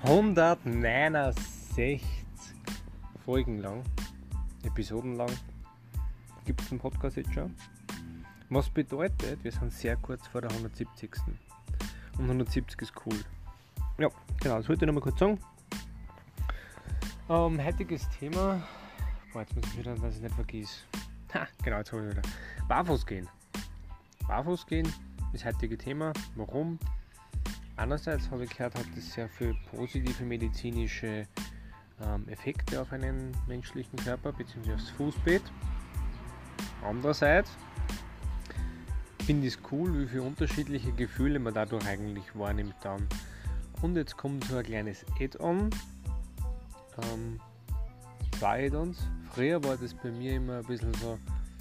169 Folgen lang, Episoden lang gibt es den Podcast jetzt schon. Was bedeutet, wir sind sehr kurz vor der 170. Und 170 ist cool. Ja, genau, das wollte ich nochmal kurz sagen. Heutiges Thema, jetzt muss ich wieder, dass ich nicht vergesse. Genau, jetzt habe ich wieder. Barfuß gehen. Barfuß gehen ist das heutige Thema. Warum? Einerseits habe ich gehört, hat das sehr viele positive medizinische Effekte auf einen menschlichen Körper bzw. aufs Fußbett. Andererseits finde ich es cool, wie viele unterschiedliche Gefühle man dadurch eigentlich wahrnimmt dann. Und jetzt kommt so ein kleines Add-on. Zwei Add-ons. Früher war das bei mir immer ein bisschen so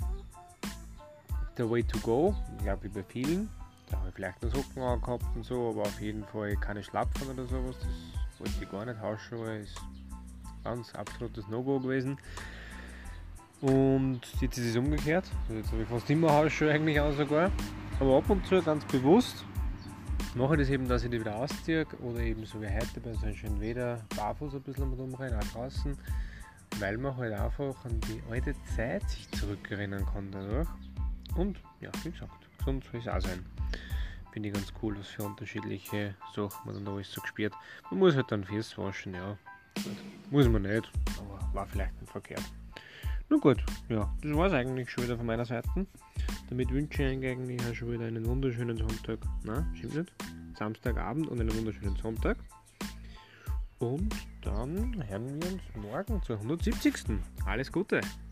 the way to go, ich glaube wie bei vielen. Da habe ich vielleicht noch Socken angehabt und so, aber auf jeden Fall keine Schlapfen oder sowas, das wollte ich gar nicht. Hausschuhe ist ganz absolutes No-Go gewesen. Und jetzt ist es umgekehrt, also jetzt habe ich fast immer Hausschuhe eigentlich an sogar, aber ab und zu ganz bewusst mache ich das eben, dass ich die wieder ausziehe oder eben so wie heute bei so einem schönen Wetter barfuß ein bisschen mit rumrennen, auch draußen, weil man halt einfach an die alte Zeit sich zurückerinnern kann dadurch. Und ja, wie gesagt, gesund soll es auch sein. Finde ich ganz cool, was für unterschiedliche Sachen man dann da alles so gespürt. Man muss halt dann Füße waschen, ja. Gut. Muss man nicht, aber war vielleicht nicht verkehrt. Nun gut, ja, das war es eigentlich schon wieder von meiner Seite. Damit wünsche ich euch eigentlich auch schon wieder einen wunderschönen Sonntag. Nein, stimmt nicht. Samstagabend und einen wunderschönen Sonntag. Und dann hören wir uns morgen zur 170. Alles Gute!